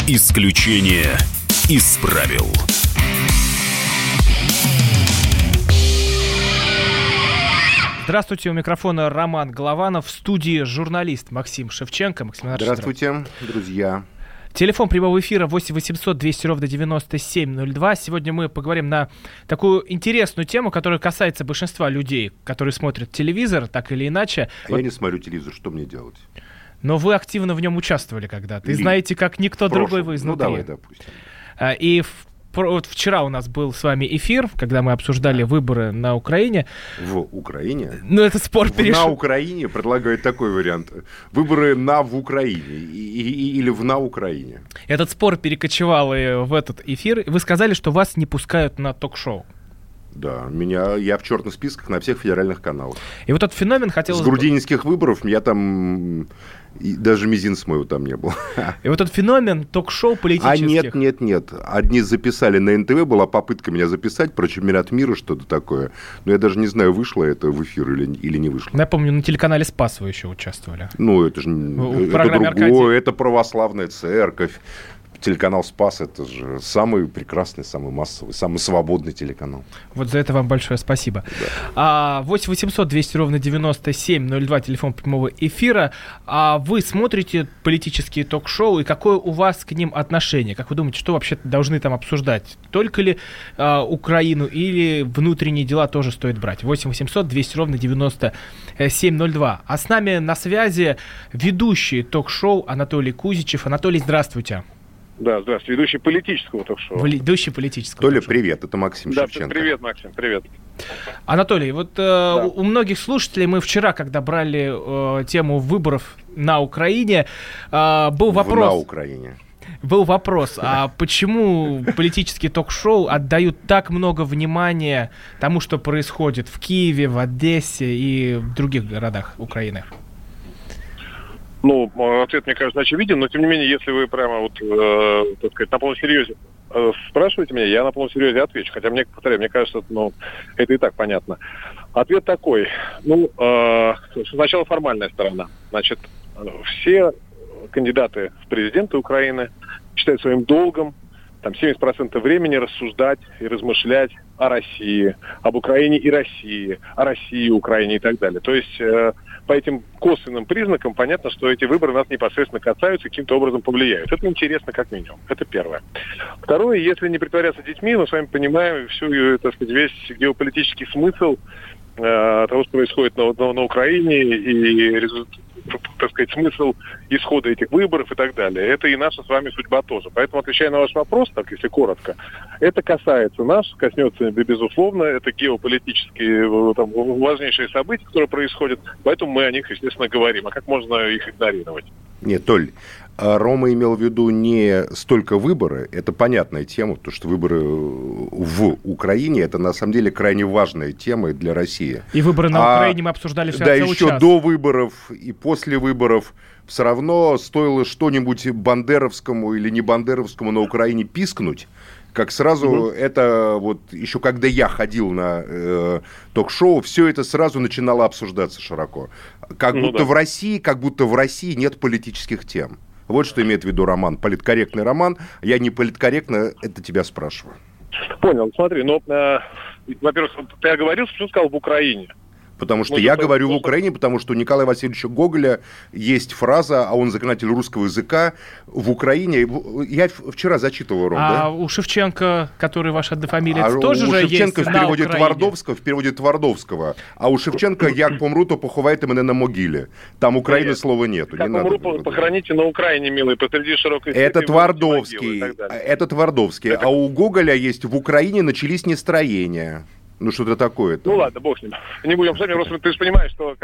Исключение из правил. Здравствуйте, у микрофона Роман Голованов, в студии журналист Максим Шевченко. Максим Иванович, здравствуйте, друзья. Телефон прямого эфира 8 800 200 ровно 9702. Сегодня мы поговорим на такую интересную тему, которая касается большинства людей, которые смотрят телевизор, так или иначе. Я не смотрю телевизор, что мне делать? Но вы активно в нем участвовали когда-то. И знаете, как никто другой вы изнутри. Ну, давай, допустим. И вот вчера у нас был с вами эфир, когда мы обсуждали выборы на Украине. В Украине? Ну, это спор перешел. На Украине предлагают такой вариант. Выборы в Украине или на Украине. Этот спор перекочевал и в этот эфир. Вы сказали, что вас не пускают на ток-шоу. Да, я в черных списках на всех федеральных каналах. И вот этот феномен хотелось... С грудининских выборов я там... даже мизинца моего там не было. И вот этот феномен ток-шоу политических... Нет. Одни записали на НТВ, была попытка меня записать про чемпионат мира, что-то такое. Но я даже не знаю, вышло это в эфир или не вышло. Я помню, на телеканале «Спас» вы еще участвовали. Ну, это же это другое, это православная церковь. Телеканал «Спас» — это же самый прекрасный, самый массовый, самый свободный телеканал. Вот за это вам большое спасибо. Да. 8 800 200 ровно 9702, телефон прямого эфира. Вы смотрите политические ток-шоу, и какое у вас к ним отношение? Как вы думаете, что вообще должны там обсуждать? Только ли Украину или внутренние дела тоже стоит брать? 8 800 200 ровно 9702. А с нами на связи ведущий ток-шоу Анатолий Кузичев. Анатолий, здравствуйте. Да, здравствуйте. Ведущий политического ток-шоу. Ведущий политического Толя, ток-шоу. привет, это Максим Шевченко. Да, привет, Максим, привет. Анатолий, вот у многих слушателей, мы вчера, когда брали тему выборов на Украине, был вопрос... На Украине. Был вопрос, а почему политические ток-шоу отдают так много внимания тому, что происходит в Киеве, в Одессе и в других городах Украины? Ну, ответ, мне кажется, очевиден, но, тем не менее, если вы прямо так сказать, на полном серьезе спрашиваете меня, я на полном серьезе отвечу. Хотя, повторяю, мне кажется, это и так понятно. Ответ такой. Сначала формальная сторона. Значит, все кандидаты в президенты Украины считают своим долгом 70% времени рассуждать и размышлять о России, об Украине и России, о России, Украине и так далее. То есть по этим косвенным признакам понятно, что эти выборы нас непосредственно касаются, каким-то образом повлияют. Это интересно как минимум. Это первое. Второе, если не притворяться детьми, мы с вами понимаем весь геополитический смысл того, что происходит на Украине и смысл исхода этих выборов и так далее. Это и наша с вами судьба тоже. Поэтому, отвечая на ваш вопрос, так если коротко, это касается нас, коснется, безусловно, это геополитические важнейшие события, которые происходят, поэтому мы о них, естественно, говорим. А как можно их игнорировать? Нет, Толь, Рома имел в виду не столько выборы, это понятная тема, потому что выборы в Украине, это на самом деле крайне важная тема для России. И выборы на Украине мы обсуждали целый час. Да, еще до выборов и после выборов все равно стоило что-нибудь бандеровскому или не бандеровскому на Украине пискнуть, как сразу это еще когда я ходил на ток-шоу, все это сразу начинало обсуждаться широко. Как будто в России нет политических тем. Вот что имеет в виду Роман. Политкорректный Роман. Я не политкорректно это тебя спрашиваю. Понял. Смотри, во-первых, ты оговорился, что сказал в Украине. Потому что я говорю в Украине, потому что у Николая Васильевича Гоголя есть фраза, а он заклинатель русского языка, в Украине. Я вчера зачитывал, Ром, да? А у Шевченко, который ваш однофамилец, тоже же есть Шевченко в переводе Твардовского, а у Шевченко «Як помру, то поховайте мене на могиле». Там Украины слова нету. Как помру, похороните на Украине, милый, посреди широкой... Это Твардовский. А у Гоголя есть «В Украине начались нестроения». Ну, что-то такое-то. Ну, ладно, бог с ним. Не будем с вами, ты же понимаешь, что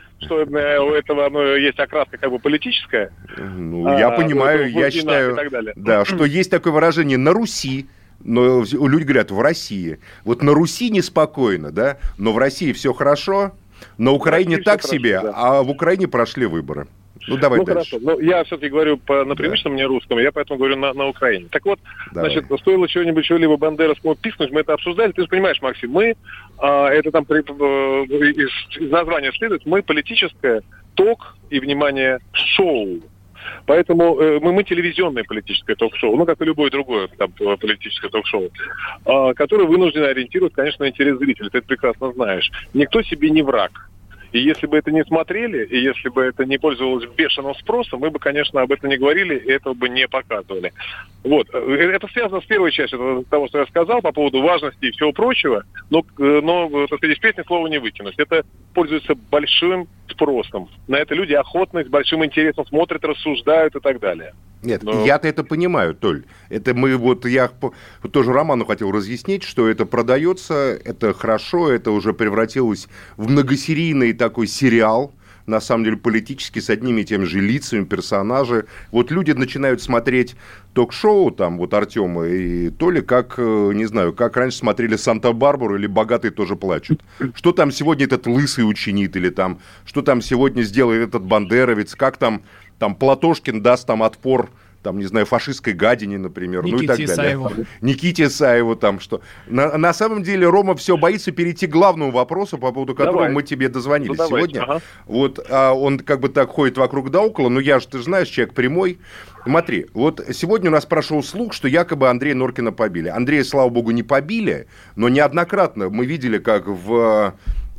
у этого есть окраска политическая. Я понимаю, я считаю, да, что есть такое выражение «на Руси». Но люди говорят «в России». Вот на Руси неспокойно, да, но в России все хорошо, на Украине так себе, да. А в Украине прошли выборы. Ну, давай дальше. Хорошо. Я все-таки говорю на привычном мне русском, я поэтому говорю на Украине. Так вот, давай. Стоило чего-либо бандеровскому пискнуть, мы это обсуждали. Ты же понимаешь, Максим, мы, это там из названия следует, мы политическое ток и, внимание, шоу. Поэтому мы телевизионное политическое ток-шоу, ну, как и любое другое там, политическое ток-шоу, которое вынуждено ориентироваться, конечно, на интерес зрителя. Ты это прекрасно знаешь. Никто себе не враг. И если бы это не смотрели, и если бы это не пользовалось бешеным спросом, мы бы, конечно, об этом не говорили, и этого бы не показывали. Вот. Это связано с первой частью того, что я сказал по поводу важности и всего прочего, но так сказать, из песни слова не выкинуть. Это пользуется большим спросом. На это люди охотно, с большим интересом смотрят, рассуждают и так далее. Нет, я-то это понимаю, Толь. Это я тоже Роману хотел разъяснить, что это продается, это хорошо, это уже превратилось в многосерийный такой сериал, на самом деле политический, с одними и теми же лицами, персонажи. Вот люди начинают смотреть ток-шоу, там, вот Артема и Толи, как, не знаю, как раньше смотрели «Санта-Барбару» или «Богатые тоже плачут». Что там сегодня этот лысый учинит, или там, что там сегодня сделает этот бандеровец, как там Платошкин даст там отпор, там, не знаю, фашистской гадине, например, Никите ну и так Исаеву. далее. Никите Исаеву там что. На самом деле Рома все боится перейти к главному вопросу, по поводу которого мы тебе дозвонились сегодня. Ага. Вот он как бы так ходит вокруг да около, но ты же знаешь, человек прямой. Смотри, вот сегодня у нас прошел слух, что якобы Андрея Норкина побили. Андрея, слава богу, не побили, но неоднократно мы видели, как в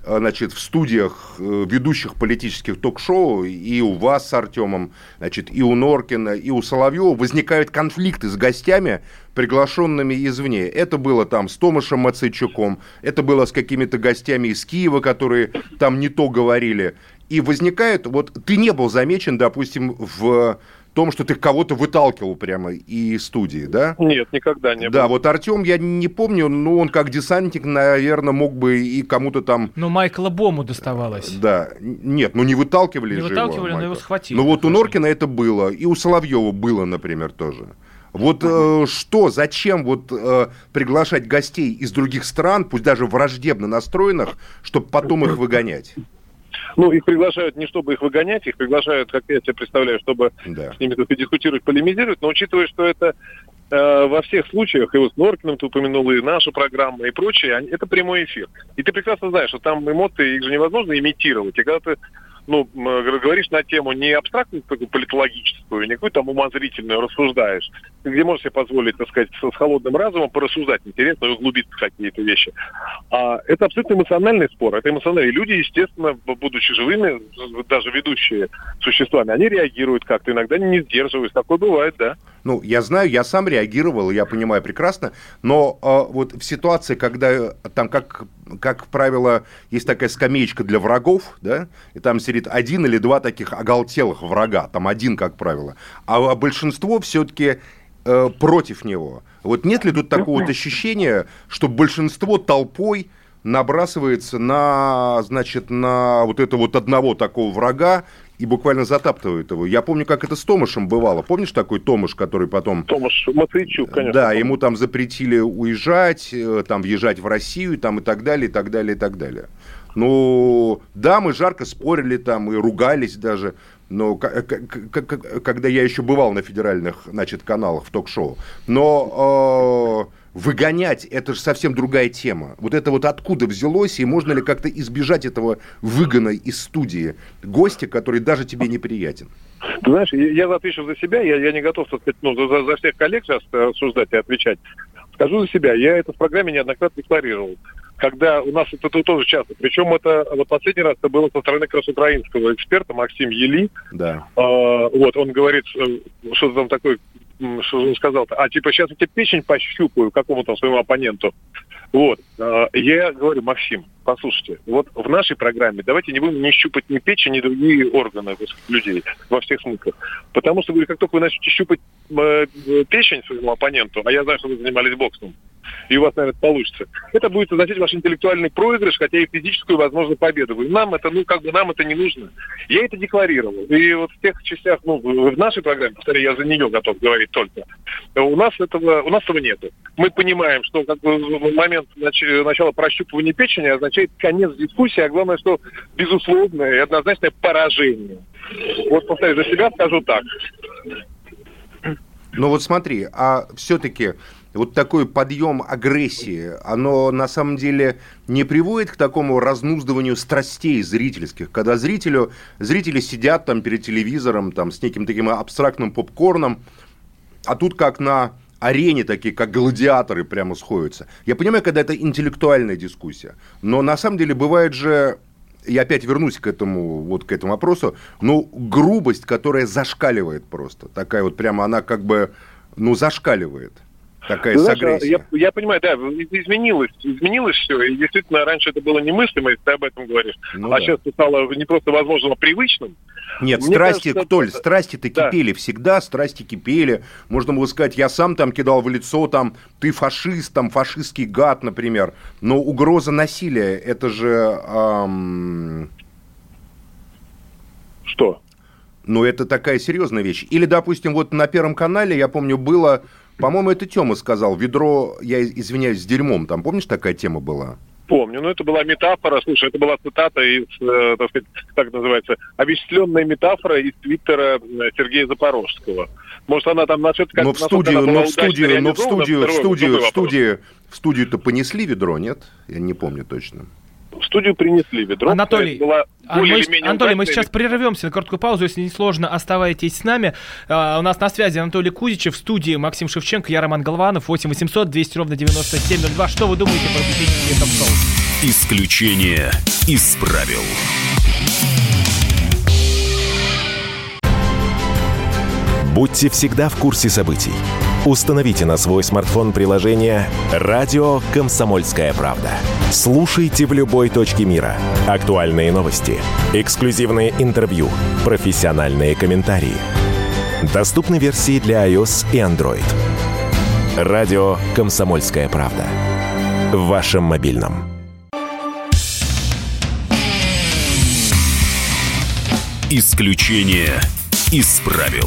студиях ведущих политических ток-шоу и у вас с Артемом, и у Норкина, и у Соловьева возникают конфликты с гостями, приглашенными извне. Это было там с Томашем Мацейчуком, это было с какими-то гостями из Киева, которые там не то говорили. И возникает, вот ты не был замечен, допустим, в том, что ты кого-то выталкивал прямо из студии, да? Нет, никогда не было. Да, вот Артем, я не помню, но он как десантник, наверное, мог бы и кому-то там... Но Майкла Бому доставалось. Да, нет, не выталкивали же его. Не выталкивали, но его схватили. Ну вот у Норкина это было, и у Соловьева было, например, тоже. Вот зачем приглашать гостей из других стран, пусть даже враждебно настроенных, чтобы потом их выгонять? Ну, их приглашают не чтобы их выгонять, их приглашают, как я себе представляю, чтобы с ними дискутировать, полемизировать, но учитывая, что это во всех случаях, и вот с Норкиным ты упомянул, и нашу программу, и прочее, это прямой эфир. И ты прекрасно знаешь, что там эмоции, их же невозможно имитировать. И когда ты говоришь на тему не абстрактную, такую политологическую, не какую-то там умозрительную, рассуждаешь, где можешь себе позволить, так сказать, с холодным разумом порассуждать интересно и углубиться в какие-то вещи. А это абсолютно эмоциональный спор. Это эмоциональный. И люди, естественно, будучи живыми, даже ведущие существами, они реагируют как-то, иногда не сдерживаясь. Такое бывает, да. Ну, я знаю, я сам реагировал, я понимаю прекрасно, но вот в ситуации, когда там, как правило, есть такая скамеечка для врагов, да, и там сидит один или два таких оголтелых врага, там один, как правило, а большинство все-таки против него. Вот нет ли тут такого вот ощущения, что большинство толпой набрасывается на вот это вот одного такого врага и буквально затаптывает его. Я помню, как это с Томашем бывало. Помнишь такой Томаш, который потом... Томаш Мацейчук, конечно. Да, ему там запретили уезжать, там въезжать в Россию, там и так далее, и так далее, и так далее. Ну, да, мы жарко спорили там и ругались даже, но когда я еще бывал на федеральных, каналах в ток-шоу. Но выгонять, это же совсем другая тема. Вот это вот откуда взялось, и можно ли как-то избежать этого выгона из студии гостя, который даже тебе неприятен? Ты знаешь, я отвечу за себя, я не готов, так сказать, за всех коллег сейчас рассуждать и отвечать. Скажу за себя, я это в программе неоднократно декларировал. Когда у нас это тоже часто, причем это вот последний раз это было со стороны как раз украинского эксперта Максим Ели. Да. Вот он говорит, что там такое, что он сказал-то, сейчас я тебе печень пощупаю какому-то своему оппоненту. Вот. Я говорю, Максим, послушайте, вот в нашей программе давайте не будем ни щупать ни печень, ни другие органы людей во всех смыслах. Потому что, говорю, как только вы начнете щупать печень своему оппоненту, а я знаю, что вы занимались боксом, и у вас, наверное, получится, это будет означать ваш интеллектуальный проигрыш, хотя и физическую, возможно, победу. Нам это, нам это не нужно. Я это декларировал. И вот в тех частях, в нашей программе, повторяю, я за нее готов говорить только, у нас этого нету. Мы понимаем, что момент начала прощупывания печени означает конец дискуссии, а главное, что безусловное и однозначное поражение. Вот, повторяю, за себя скажу так. Ну вот смотри, а все-таки вот такой подъем агрессии, оно на самом деле не приводит к такому разнуздыванию страстей зрительских, когда зрители сидят там перед телевизором там, с неким таким абстрактным попкорном, а тут как на арене такие, как гладиаторы прямо сходятся. Я понимаю, когда это интеллектуальная дискуссия, но на самом деле бывает же, я опять вернусь к этому вопросу, грубость, которая зашкаливает просто, такая вот прямо она как бы, зашкаливает. Такая с агрессией. Я понимаю, да, изменилось все, и действительно раньше это было немыслимо, если ты об этом говоришь, сейчас это стало не просто возможно, а привычным. Нет, страсти-то кипели всегда, страсти кипели, можно было сказать, я сам там кидал в лицо, там, ты фашист, там, фашистский гад, например, но угроза насилия, это же... Что? Это такая серьезная вещь. Или, допустим, вот на Первом канале, я помню, было... По-моему, это Тёма сказал, ведро, я извиняюсь, с дерьмом. Там, помнишь, такая тема была? Помню, это была метафора, слушай, это была цитата из, так сказать, как это называется, овеществленная метафора из твиттера Сергея Запорожского. Может, она там насчет... Но в студию-то понесли ведро, нет? Я не помню точно. В студию принесли ведро. Анатолий, мы сейчас прервемся на короткую паузу. Если не сложно, оставайтесь с нами. У нас на связи Анатолий Кузичев, в студии Максим Шевченко, я Роман Голованов. 8 800 200 ровно 9702. Что вы думаете про политические ток-шоу? Исключение из правил. Будьте всегда в курсе событий. Установите на свой смартфон приложение «Радио Комсомольская правда». Слушайте в любой точке мира. Актуальные новости, эксклюзивные интервью, профессиональные комментарии. Доступны версии для iOS и Android. «Радио Комсомольская правда». В вашем мобильном. Исключение из правил.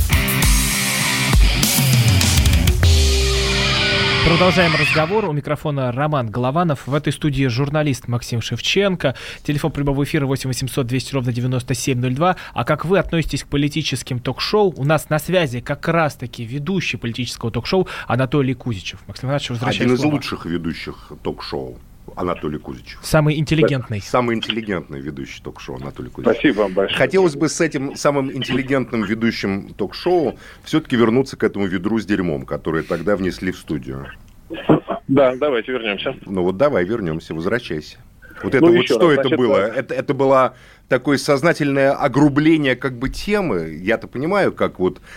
Продолжаем разговор. У микрофона Роман Голованов. В этой студии журналист Максим Шевченко. Телефон прямого эфира 8 800 200 ровно 9702. А как вы относитесь к политическим ток-шоу? У нас на связи как раз-таки ведущий политического ток-шоу Анатолий Кузичев. Максим Иванович, возвращаюсь. Один из лучших ведущих ток-шоу. Анатолий Кузичев. Самый интеллигентный. Самый интеллигентный ведущий ток-шоу Анатолий Кузичев. Спасибо вам большое. Хотелось бы с этим самым интеллигентным ведущим ток-шоу все-таки вернуться к этому ведру с дерьмом, которое тогда внесли в студию. Да, давайте вернемся. Давай вернемся, возвращайся. Что это было? Это было такое сознательное огрубление как бы темы. Я-то понимаю, как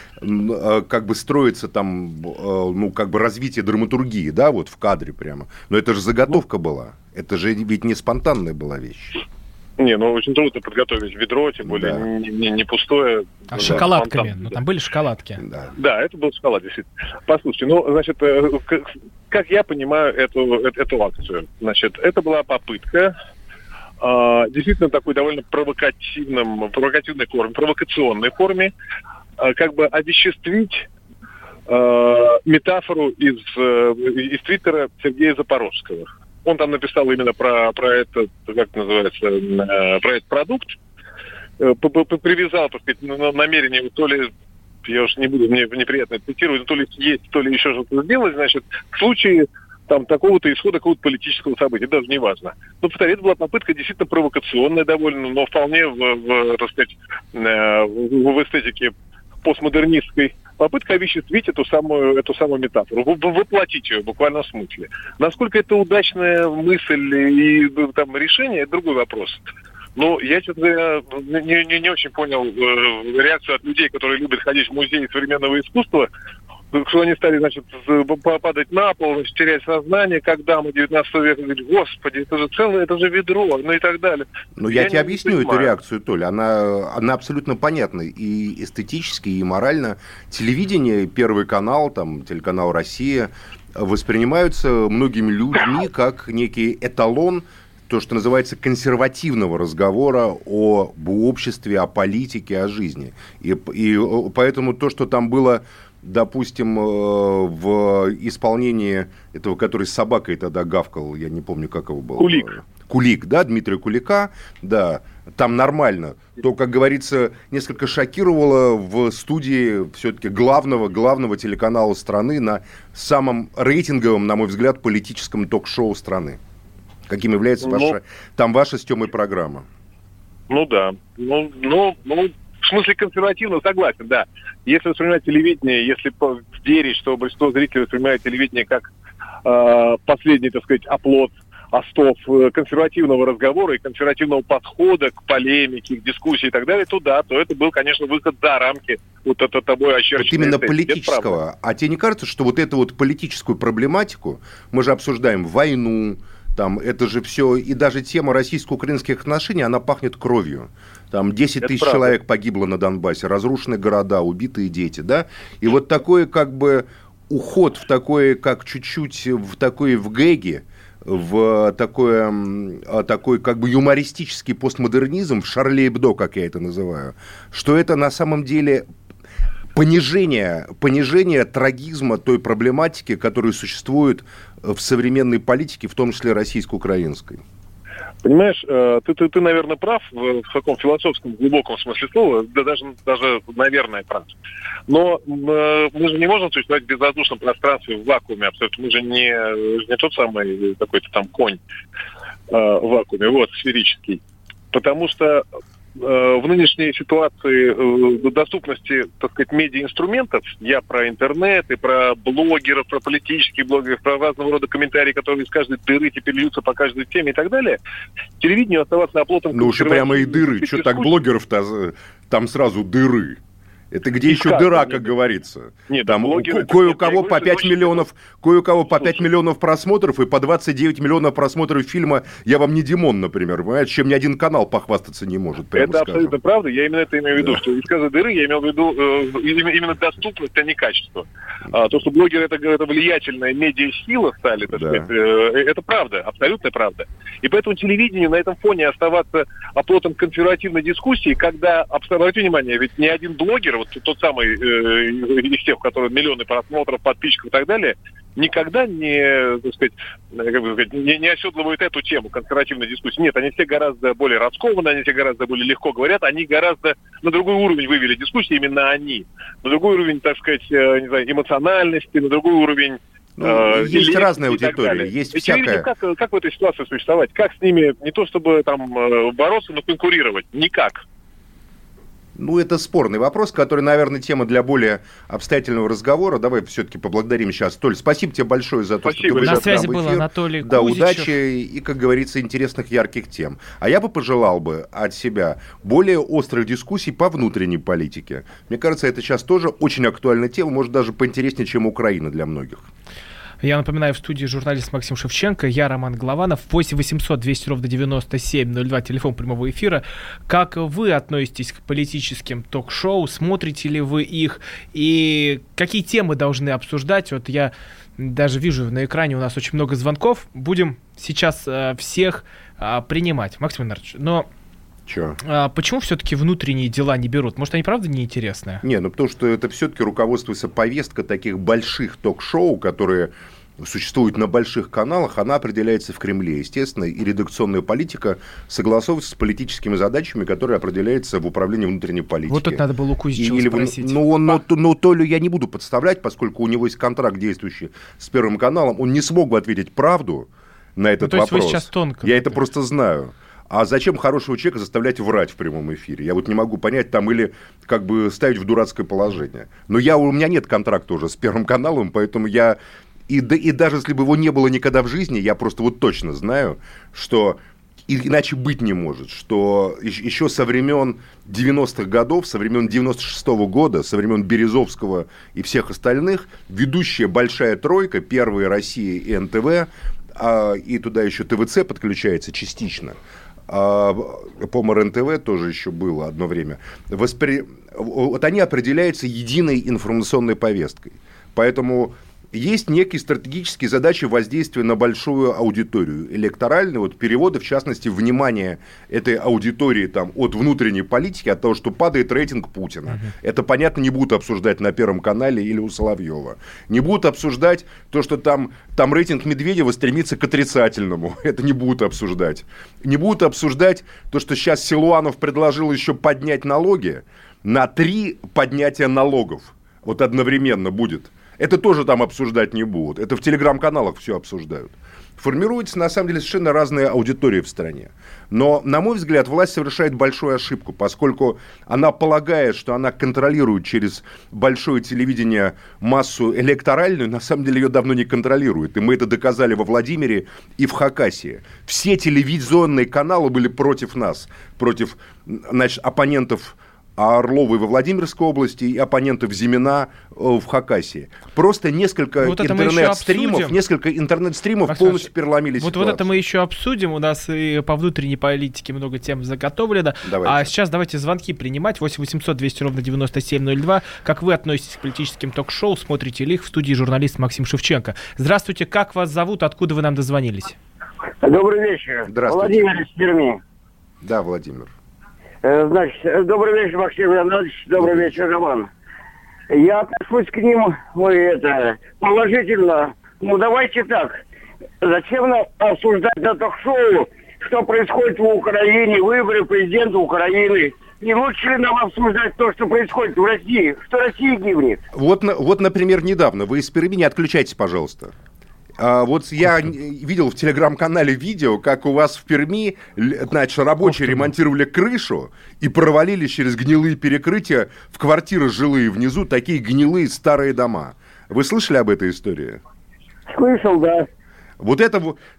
бы строится там, как бы развитие драматургии, да, вот в кадре прямо. Но это же заготовка была. Это же ведь не спонтанная была вещь. Очень трудно подготовить ведро, тем более не пустое. А с шоколадками? Там были шоколадки. Да, это был шоколад, действительно. Послушайте, как я понимаю эту акцию, это была попытка действительно такой довольно провокационной форме, как бы овеществить метафору из твиттера Сергея Запорожского. Он там написал именно про этот, как это называется, про этот продукт, привязал, так сказать, намерение, то ли, я уж не буду, мне неприятно цитировать, то ли есть, то ли еще что-то сделать, в случае там такого-то исхода, какого-то политического события, даже не важно. Но, повторяю, это была попытка действительно провокационная довольно, но вполне в эстетике постмодернистской, попытка овеществить эту самую метафору, воплотить ее в буквальном смысле. Насколько это удачная мысль и там решение, это другой вопрос. Но я, честно говоря, не очень понял реакцию от людей, которые любят ходить в музей современного искусства, что они стали, падать на пол, терять сознание, как дамы 19 века говорят, господи, это же ведро, и так далее. Я тебе объясню эту реакцию, Толя, она абсолютно понятна и эстетически, и морально. Телевидение, Первый канал, телеканал «Россия» воспринимаются многими людьми как некий эталон, то, что называется, консервативного разговора об обществе, о политике, о жизни. И поэтому то, что там было, допустим, в исполнении этого, который с собакой тогда гавкал, я не помню, как его было. Кулик, да, Дмитрия Кулика, да, там нормально. То, как говорится, несколько шокировало в студии все-таки главного телеканала страны на самом рейтинговом, на мой взгляд, политическом ток-шоу страны. Каким является ваша с Тёмой программа? Ну да. Ну, в смысле консервативно согласен, да. Если воспринимать телевидение, если верить, что большинство зрителей воспринимает телевидение как последний, так сказать, оплот остов консервативного разговора и консервативного подхода к полемике, к дискуссии и так далее, то да, то это был, конечно, выход за рамки вот это тобой очерченной. Вот именно политического. А тебе не кажется, что вот эту вот политическую проблематику, мы же обсуждаем войну, там, это же все, и даже тема российско-украинских отношений, она пахнет кровью. Там 10 тысяч человек погибло на Донбассе, разрушены города, убитые дети, да? И вот такой, как бы, уход в такое, как чуть-чуть в такой в гэге, в такой как бы юмористический постмодернизм, в Шарли Эбдо, как я это называю, что это на самом деле понижение трагизма той проблематики, которая существует в современной политике, в том числе российско-украинской. Понимаешь, ты, наверное, прав в таком философском, глубоком смысле слова, да даже, наверное, прав. Но мы же не можем существовать в безвоздушном пространстве, в вакууме абсолютно. Мы же не тот самый какой-то там конь в вакууме, вот, сферический. Потому что в нынешней ситуации доступности, так сказать, медиаинструментов, я про интернет и про блогеров, про политических блогеров, про разного рода комментарии, которые из каждой дыры теперь льются по каждой теме и так далее, телевидению оставаться оплотом... Ну уж и прямо и дыры. Что так блогеров-то там сразу дыры? Это где еще дыра, как говорится. Нет, там кое-у-кого по 5 миллионов просмотров и по 29 миллионов просмотров фильма «Я вам не Димон», например, понимаете, чем ни один канал похвастаться не может. Это абсолютно правда, я именно это имею в виду, что из каждой дыры я имел в виду именно доступность, а не качество. То, что блогеры это влиятельная медиасила стали, так сказать, это правда, абсолютная правда. И поэтому телевидению на этом фоне оставаться оплотом консервативной дискуссии, когда, обратите внимание, ведь ни один блогер, вот тот самый из тех, у которых миллионы просмотров, подписчиков и так далее, никогда не, так сказать, не оседлывают эту тему консервативной дискуссии. Нет, они все гораздо более раскованно, они все гораздо более легко говорят, они гораздо на другой уровень вывели дискуссии, именно они. На другой уровень, так сказать, не знаю, эмоциональности, на другой уровень... есть разная аудитория, есть всякая... Как в этой ситуации существовать? Как с ними не то чтобы там бороться, но конкурировать? Никак. Ну, это спорный вопрос, который, наверное, тема для более обстоятельного разговора. Давай все-таки поблагодарим сейчас. Толь, спасибо тебе большое за то, что ты вышел в эфир. На связи был Анатолий Кузичев. Да, удачи и, как говорится, интересных, ярких тем. А я бы пожелал бы от себя более острых дискуссий по внутренней политике. Мне кажется, это сейчас тоже очень актуальная тема, может, даже поинтереснее, чем Украина для многих. Я напоминаю, в студии журналист Максим Шевченко, я Роман Голованов, 8 800 200 ровно 9702, телефон прямого эфира. Как вы относитесь к политическим ток-шоу, смотрите ли вы их, и какие темы должны обсуждать? Вот я даже вижу на экране у нас очень много звонков, будем сейчас всех принимать. Максим Иванович, но... почему все-таки внутренние дела не берут? Может, они правда неинтересные? Не, потому что это все-таки руководствуется повестка таких больших ток-шоу, которые существуют на больших каналах, она определяется в Кремле, естественно, и редакционная политика согласовывается с политическими задачами, которые определяются в управлении внутренней политики. Вот тут надо было у Кузичева спросить. Но Толю я не буду подставлять, поскольку у него есть контракт, действующий с Первым каналом, он не смог бы ответить правду на этот вопрос. То есть вы сейчас тонко. Я это просто знаю. А зачем хорошего человека заставлять врать в прямом эфире? Я вот не могу понять, там или как бы ставить в дурацкое положение. Но у меня нет контракта уже с Первым каналом, поэтому я... И даже если бы его не было никогда в жизни, я просто вот точно знаю, что иначе быть не может. Что еще со времен 90-х годов, со времен 96-го года, со времен Березовского и всех остальных, ведущая большая тройка, Первая, Россия и НТВ, и туда еще ТВЦ подключается частично, по-моему, РЕН-ТВ тоже еще было одно время. Вот они определяются единой информационной повесткой. Поэтому есть некие стратегические задачи воздействия на большую аудиторию электоральную, вот переводы, в частности, внимание этой аудитории там, от внутренней политики, от того, что падает рейтинг Путина. Это, понятно, не будут обсуждать на Первом канале или у Соловьева. Не будут обсуждать то, что там рейтинг Медведева стремится к отрицательному. Это не будут обсуждать. Не будут обсуждать то, что сейчас Силуанов предложил еще поднять налоги на 3 поднятия налогов. Вот одновременно будет. Это тоже там обсуждать не будут. Это в телеграм-каналах все обсуждают. Формируются, на самом деле, совершенно разные аудитории в стране. Но, на мой взгляд, власть совершает большую ошибку, поскольку она полагает, что она контролирует через большое телевидение массу электоральную, на самом деле ее давно не контролирует. И мы это доказали во Владимире и в Хакасии. Все телевизионные каналы были против нас, против, значит, оппонентов Орловой во Владимирской области и оппонентов Зимина в Хакасии. Просто несколько интернет-стримов полностью переломили ситуацию. Вот это мы еще обсудим. У нас и по внутренней политике много тем заготовлено. Давайте. А сейчас давайте звонки принимать. 8 800 200 ровно 9702. Как вы относитесь к политическим ток-шоу? Смотрите ли их? В студии журналист Максим Шевченко. Здравствуйте. Как вас зовут? Откуда вы нам дозвонились? Добрый вечер. Здравствуйте. Владимир из Перми. Да, Владимир. Значит, добрый вечер, Максим Леонидович, добрый вечер, Роман. Я отношусь к ним, положительно. Ну, давайте так. Зачем нам осуждать на ток-шоу, что происходит в Украине, выборы президента Украины? Не лучше ли нам обсуждать то, что происходит в России, что Россия гибнет? Вот, например, недавно. Вы из Перми, не отключайтесь, пожалуйста. Вот я видел в телеграм-канале видео, как у вас в Перми, значит, рабочие ремонтировали крышу и провалились через гнилые перекрытия в квартиры жилые внизу, такие гнилые старые дома. Вы слышали об этой истории? Слышал, да. Вот это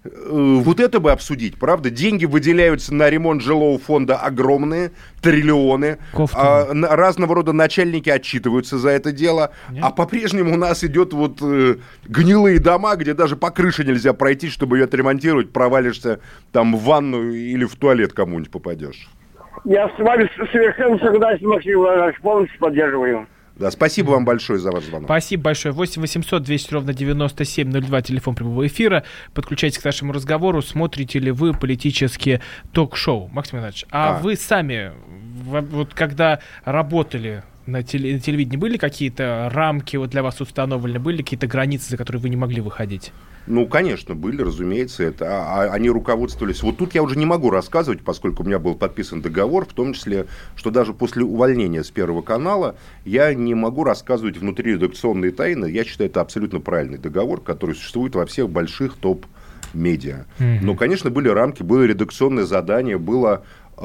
бы обсудить, правда? Деньги выделяются на ремонт жилого фонда огромные, триллионы. Разного рода начальники отчитываются за это дело. Нет? А по-прежнему у нас идет гнилые дома, где даже по крыше нельзя пройти, чтобы ее отремонтировать. Провалишься там в ванную или в туалет кому-нибудь попадешь. Я с вами совершенно согласен, Максим Иванович, полностью поддерживаю. Да, спасибо вам большое за ваш звонок. Спасибо большое. 8 800 200 ровно 9702, телефон прямого эфира. Подключайтесь к нашему разговору. Смотрите ли вы политические ток-шоу? Максим Иванович, вы сами, вот когда работали на телевидении, были какие-то рамки для вас установлены? Были какие-то границы, за которые вы не могли выходить? Ну, конечно, были, разумеется, это. Они руководствовались. Вот тут я уже не могу рассказывать, поскольку у меня был подписан договор, в том числе, что даже после увольнения с Первого канала я не могу рассказывать внутриредакционные тайны. Я считаю, это абсолютно правильный договор, который существует во всех больших топ-медиа. Но, конечно, были рамки, было редакционное задание, были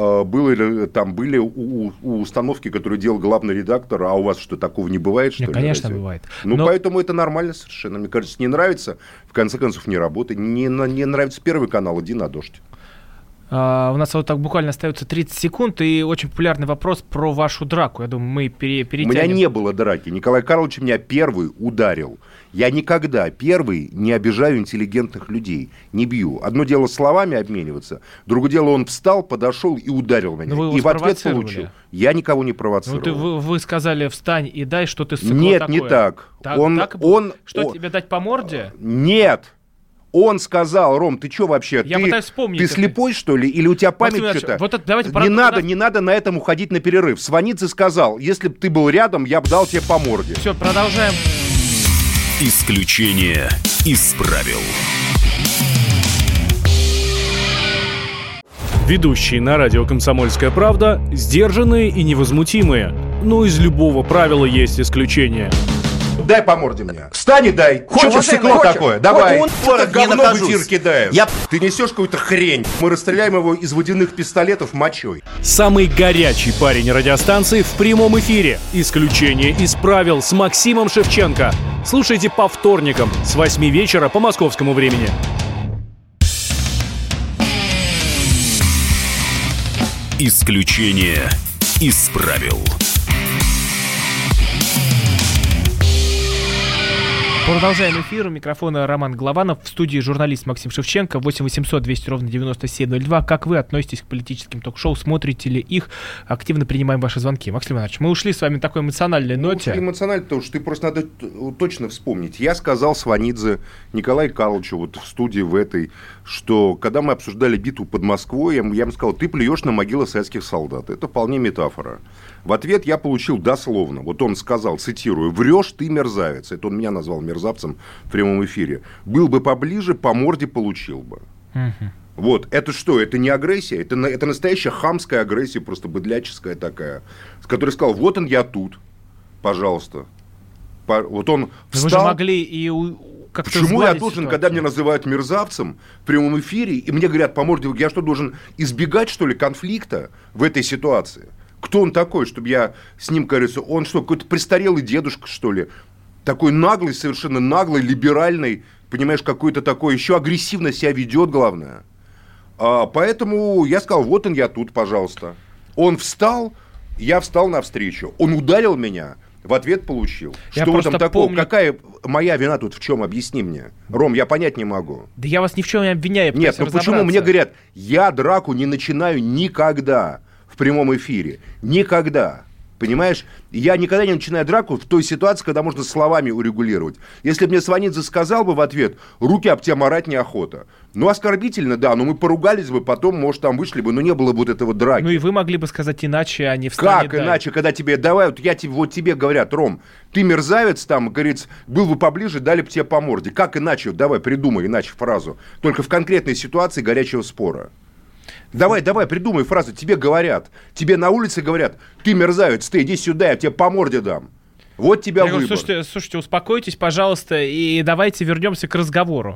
установки, которые делал главный редактор, а у вас что, такого не бывает, что ли? Конечно, бывает. Поэтому это нормально совершенно. Мне кажется, не нравится, в конце концов, не работай. Не нравится Первый канал, иди на Дождь. У нас вот так буквально остается 30 секунд, и очень популярный вопрос про вашу драку. Я думаю, мы перетянем. У меня не было драки. Николай Карлович меня первый ударил. Я никогда первый не обижаю интеллигентных людей. Не бью. Одно дело словами обмениваться, другое дело он встал, подошел и ударил меня. И в ответ получил. Я никого не провоцировал. Вы сказали, встань и дай, что ты сыкло Нет, такое. не так. Тебе дать по морде? Нет. Он сказал: Ром, ты что вообще? Ты слепой, что ли? Или у тебя память что-то? Не надо на этом уходить на перерыв. Сванидзе сказал: если бы ты был рядом, я бы дал тебе по морде. Все, продолжаем. Исключение из правил. Ведущие на радио «Комсомольская правда» сдержанные и невозмутимые. Но из любого правила есть исключение. Дай по морде мне. Встань и дай. Хочешь стекло такое? Давай. Вот говно в эфир кидаешь. Ты несешь какую-то хрень. Мы расстреляем его из водяных пистолетов мочой. Самый горячий парень радиостанции в прямом эфире. Исключение из правил с Максимом Шевченко. Слушайте по вторникам с 8 вечера по московскому времени. Исключение из правил. Продолжаем эфир. У микрофона Роман Голованов. В студии журналист Максим Шевченко. 8 800 200 ровно 9702. Как вы относитесь к политическим ток-шоу? Смотрите ли их? Активно принимаем ваши звонки. Максим Иванович, мы ушли с вами на такой эмоциональной ноте. Эмоционально, потому что ты просто надо точно вспомнить. Я сказал Сванидзе Николаю Карловичу вот в студии в этой, что когда мы обсуждали битву под Москвой, я ему сказал, ты плюешь на могилы советских солдат. Это вполне метафора. В ответ я получил дословно. Вот он сказал, цитирую, «Врешь, ты мерзавец». Это он меня назвал мерзавцем в прямом эфире. «Был бы поближе, по морде получил бы». Вот, это что? Это не агрессия? Это настоящая хамская агрессия, просто быдляческая такая. С которой сказал, вот он, я тут, пожалуйста. Вот он встал. Вы же могли и как-то Почему я должен, ситуацию? когда меня называют мерзавцем в прямом эфире, и мне говорят по морде, я что, должен избегать, что ли, конфликта в этой ситуации? Кто он такой, чтобы я с ним, кажется, он что, какой-то престарелый дедушка, что ли? Такой наглый, совершенно наглый, либеральный, понимаешь, какой-то такой, еще агрессивно себя ведет, главное. Поэтому я сказал, вот он, я тут, пожалуйста. Он встал, я встал навстречу. Он ударил меня, в ответ получил. Я что в этом такого? помню... Какая моя вина тут в чем? Объясни мне. Ром, я понять не могу. Да я вас ни в чем не обвиняю. Нет, ну почему мне говорят, я драку не начинаю никогда в прямом эфире. Никогда. Понимаешь? Я никогда не начинаю драку в той ситуации, когда можно словами урегулировать. Если бы мне Сванидзе сказал бы в ответ, руки об тебя марать неохота. Ну, оскорбительно, да, но мы поругались бы, потом, может, там вышли бы, но не было бы вот этого драки. Ну, и вы могли бы сказать иначе, а не встали. Как иначе, когда тебе давай, вот тебе говорят, Ром, ты мерзавец, там, говорится, был бы поближе, дали бы тебе по морде. Как иначе? Давай, придумай иначе фразу. Только в конкретной ситуации горячего спора. Давай, придумай фразу. Тебе говорят, тебе на улице говорят, ты мерзавец, ты иди сюда, я тебе по морде дам. Вот тебя выбор. Слушайте, успокойтесь, пожалуйста, и давайте вернемся к разговору.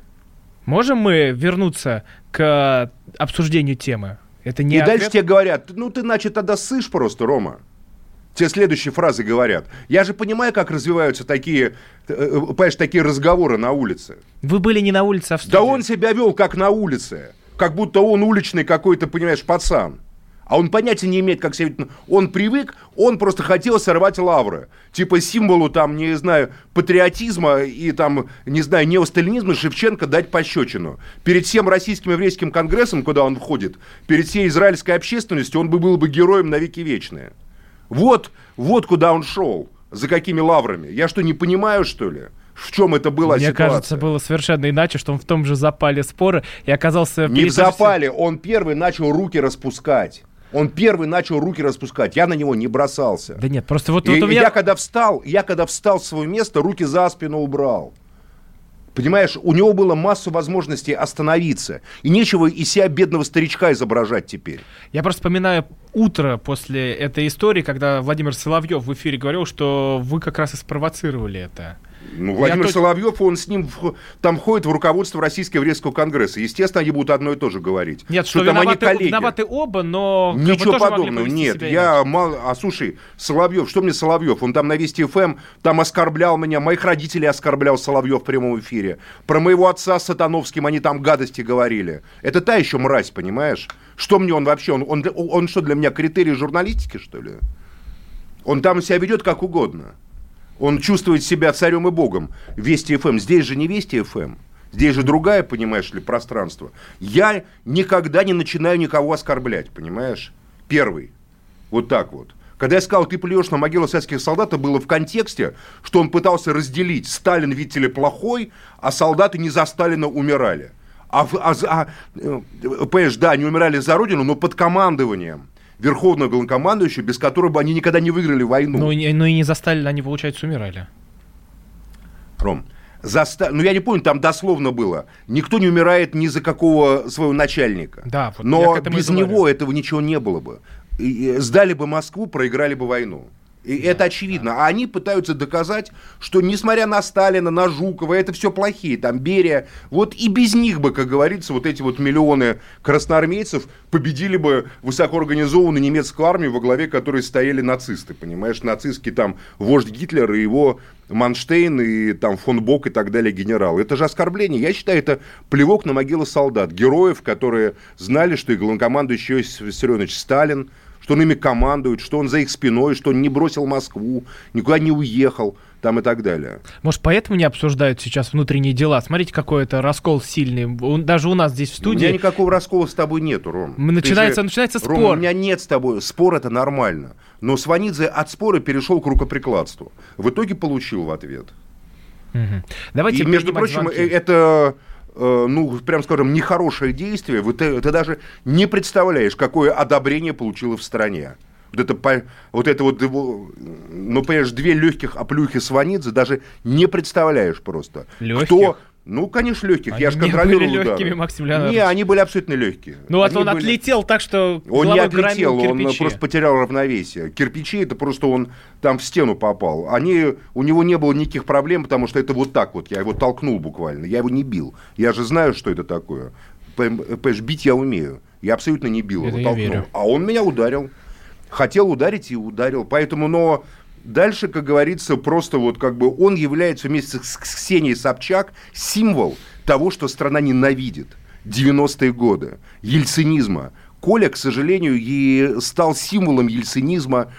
Можем мы вернуться к обсуждению темы? Это не и ответ? дальше тебе говорят, ну ты, значит, тогда ссышь просто, Рома. Тебе следующие фразы говорят. Я же понимаю, как развиваются такие, понимаешь, такие разговоры на улице. Вы были не на улице, а в студии. Да он себя вел как на улице. Как будто он уличный какой-то, понимаешь, пацан. А он понятия не имеет, как себя... Он привык, он просто хотел сорвать лавры. Типа символу, там, не знаю, патриотизма и, там, не знаю, неосталинизма Шевченко дать пощечину. Перед всем российским еврейским конгрессом, куда он входит, перед всей израильской общественностью, он был бы героем навеки вечные. Вот куда он шел. За какими лаврами. Я что, не понимаю, что ли? В чем это была Мне ситуация? кажется, было совершенно иначе, что он в том же запале спора и оказался... Не в запале, он первый начал руки распускать. Я на него не бросался. Да нет, просто вот у меня... Я когда встал в свое место, руки за спину убрал. Понимаешь, у него было массу возможностей остановиться. И нечего из себя бедного старичка изображать теперь. Я просто вспоминаю утро после этой истории, когда Владимир Соловьев в эфире говорил, что вы как раз и спровоцировали это. Ну, Владимир Соловьев, он с ним там ходит в руководство Российского еврейского конгресса. Естественно, они будут одно и то же говорить. Нет, что там они коллеги. Виноваты оба, но... Ничего подобного, нет. Я мало... А слушай, Соловьев, что мне Соловьев? Он там на Вести ФМ там оскорблял меня, моих родителей оскорблял Соловьев в прямом эфире. Про моего отца с Сатановским они там гадости говорили. Это та еще мразь, понимаешь? Что мне он вообще? Он что, для меня критерий журналистики, что ли? Он там себя ведет как угодно. Он чувствует себя царем и богом. Вести ФМ. Здесь же не Вести ФМ. Здесь же другая, понимаешь ли, пространство. Я никогда не начинаю никого оскорблять, понимаешь? Первый. Вот так вот. Когда я сказал, ты плюешь на могилу советских солдат, это было в контексте, что он пытался разделить. Сталин, видите ли, плохой, а солдаты не за Сталина умирали. Понимаешь, да, они умирали за Родину, но под командованием верховного главнокомандующего, без которого бы они никогда не выиграли войну. Ну и не за Сталина они, получается, умирали. Ром, ну я не помню, там дословно было. Никто не умирает ни за какого своего начальника. Да, вот но без него этого ничего не было бы. Сдали бы Москву, проиграли бы войну. И да, это очевидно. Да. А они пытаются доказать, что несмотря на Сталина, на Жукова, это все плохие, там Берия, вот и без них бы, как говорится, вот эти вот миллионы красноармейцев победили бы высокоорганизованную немецкую армию, во главе которой стояли нацисты, понимаешь, нацистский там вождь Гитлер и его Манштейн и там фон Бок и так далее генерал. Это же оскорбление. Я считаю, это плевок на могилы солдат, героев, которые знали, что и главнокомандующий Иосиф Виссарионович Сталин, что он ими командует, что он за их спиной, что он не бросил Москву, никуда не уехал, там и так далее. Может, поэтому не обсуждают сейчас внутренние дела? Смотрите, какой это раскол сильный. Даже у нас здесь в студии... У меня никакого раскола с тобой нету, Ром. Начинается спор. Ром, у меня нет с тобой. Спор — это нормально. Но Сванидзе от спора перешел к рукоприкладству. В итоге получил в ответ. Угу. Давайте, и, между прочим, звонки. Это, прям скажем, нехорошее действие. Ты даже не представляешь, какое одобрение получило в стране. Понимаешь, две легких оплюхи Сванидзе даже не представляешь просто. Легких? Кто... Конечно, легких. Они я же контролировал были легкими, удары. Максим Леонардович. Не, они были абсолютно легкие. Он отлетел так, что он не отлетел, громил он кирпичи. просто потерял равновесие. Кирпичи — это просто он там в стену попал. У него не было никаких проблем, потому что это вот так вот. Я его толкнул буквально. Я его не бил. Я же знаю, что это такое. Понимаешь, бить я умею. Я абсолютно не бил его, толкнул. Верю. А он меня ударил. Хотел ударить и ударил. Поэтому, дальше, как говорится, просто он является вместе с Ксенией Собчак символ того, что страна ненавидит. 90-е годы. Ельцинизма. Коля, к сожалению, и стал символом ельцинизма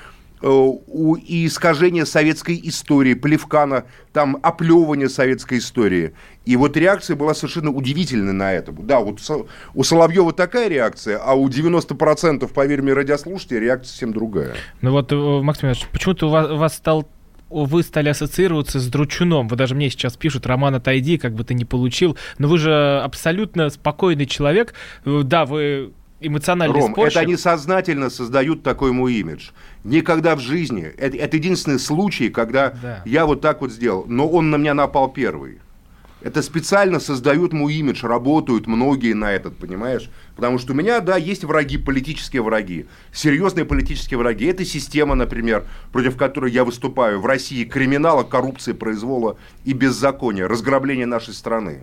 и искажения советской истории, Плевкана, там оплевывание советской истории. И реакция была совершенно удивительная на это. Да, у Соловьева такая реакция, а у 90%, поверь мне, радиослушателей реакция совсем другая. Максим Иванович, почему-то вы стали ассоциироваться с Дручуном. Вы даже мне сейчас пишут: Роман, отойди, как бы ты не получил. Но вы же абсолютно спокойный человек. Да, вы эмоциональный спорщик. Это они сознательно создают такой мой имидж. Никогда в жизни. Это единственный случай, когда я вот так вот сделал. Но он на меня напал первый. Это специально создают мой имидж, работают многие на этот, понимаешь? Потому что у меня, есть враги, политические враги, серьезные политические враги. Это система, например, против которой я выступаю в России: криминала, коррупции, произвола и беззакония, разграбления нашей страны.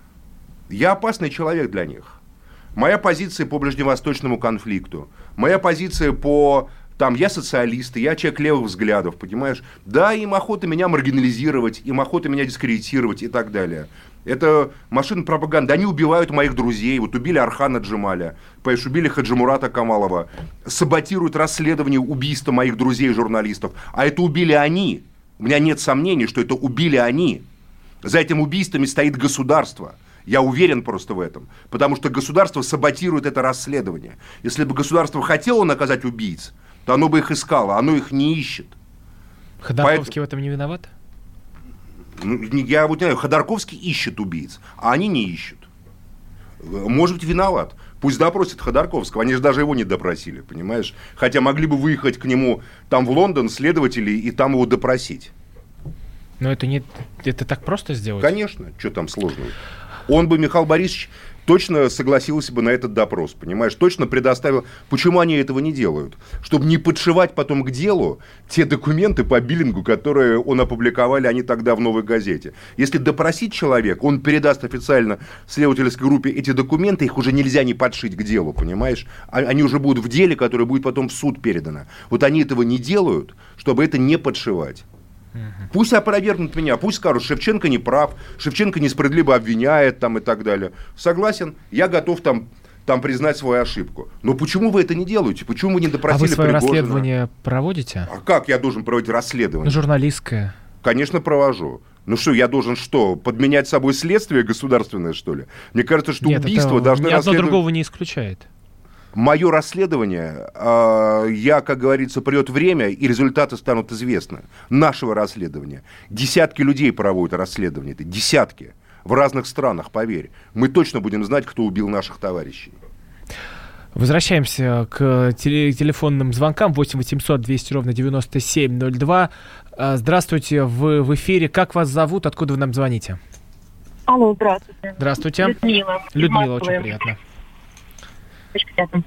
Я опасный человек для них. Моя позиция по ближневосточному конфликту, моя позиция я социалист, я человек левых взглядов, понимаешь? Да, им охота меня маргинализировать, им охота меня дискредитировать и так далее. Это машина пропаганды. Они убивают моих друзей. Убили Архана Джемаля, убили Хаджимурата Камалова, саботируют расследование убийства моих друзей-журналистов. А это убили они. У меня нет сомнений, что это убили они. За этим убийствами стоит государство. Я уверен просто в этом. Потому что государство саботирует это расследование. Если бы государство хотело наказать убийц, то оно бы их искало, оно их не ищет. Ходорковский в этом не виноват? Я не знаю, Ходорковский ищет убийц, а они не ищут. Может быть, виноват. Пусть допросят Ходорковского, они же даже его не допросили, понимаешь? Хотя могли бы выехать к нему там в Лондон следователи и там его допросить. Но это так просто сделать? Конечно, что там сложного. Он бы, Михаил Борисович, точно согласился бы на этот допрос, понимаешь? Точно предоставил. Почему они этого не делают? Чтобы не подшивать потом к делу те документы по биллингу, которые он опубликовали они тогда в «Новой газете». Если допросить человека, он передаст официально следовательской группе эти документы, их уже нельзя не подшить к делу, понимаешь? Они уже будут в деле, которое будет потом в суд передано. Вот они этого не делают, чтобы это не подшивать. Пусть опровергнут меня, пусть скажут: Шевченко не прав, Шевченко несправедливо обвиняет там, и так далее. Согласен, я готов там признать свою ошибку. Но почему вы это не делаете? Почему вы не допросили Пригожина? А вы свое расследование проводите? А как я должен проводить расследование? Журналистское. Конечно, провожу. Я должен подменять собой следствие государственное, что ли? Мне кажется, что убийство должны расследовать... Одно другого не исключает. Мое расследование, как говорится, придет время, и результаты станут известны. Нашего расследования. Десятки людей проводят расследование. Это десятки. В разных странах, поверь. Мы точно будем знать, кто убил наших товарищей. Возвращаемся к телефонным звонкам. 8 800 200 ровно 9702. Здравствуйте, вы в эфире. Как вас зовут? Откуда вы нам звоните? Алло, здравствуйте. Здравствуйте. Людмила, очень приятно. Очень приятно.